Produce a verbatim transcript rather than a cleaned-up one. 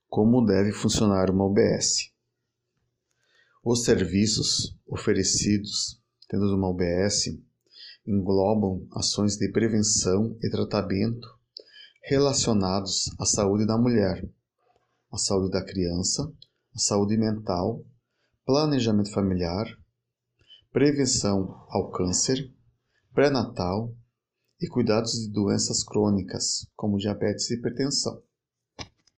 Como deve funcionar uma U B S? Os serviços oferecidos dentro de uma U B S englobam ações de prevenção e tratamento relacionados à saúde da mulher, à saúde da criança, à saúde mental, planejamento familiar, prevenção ao câncer, pré-natal e cuidados de doenças crônicas, como diabetes e hipertensão.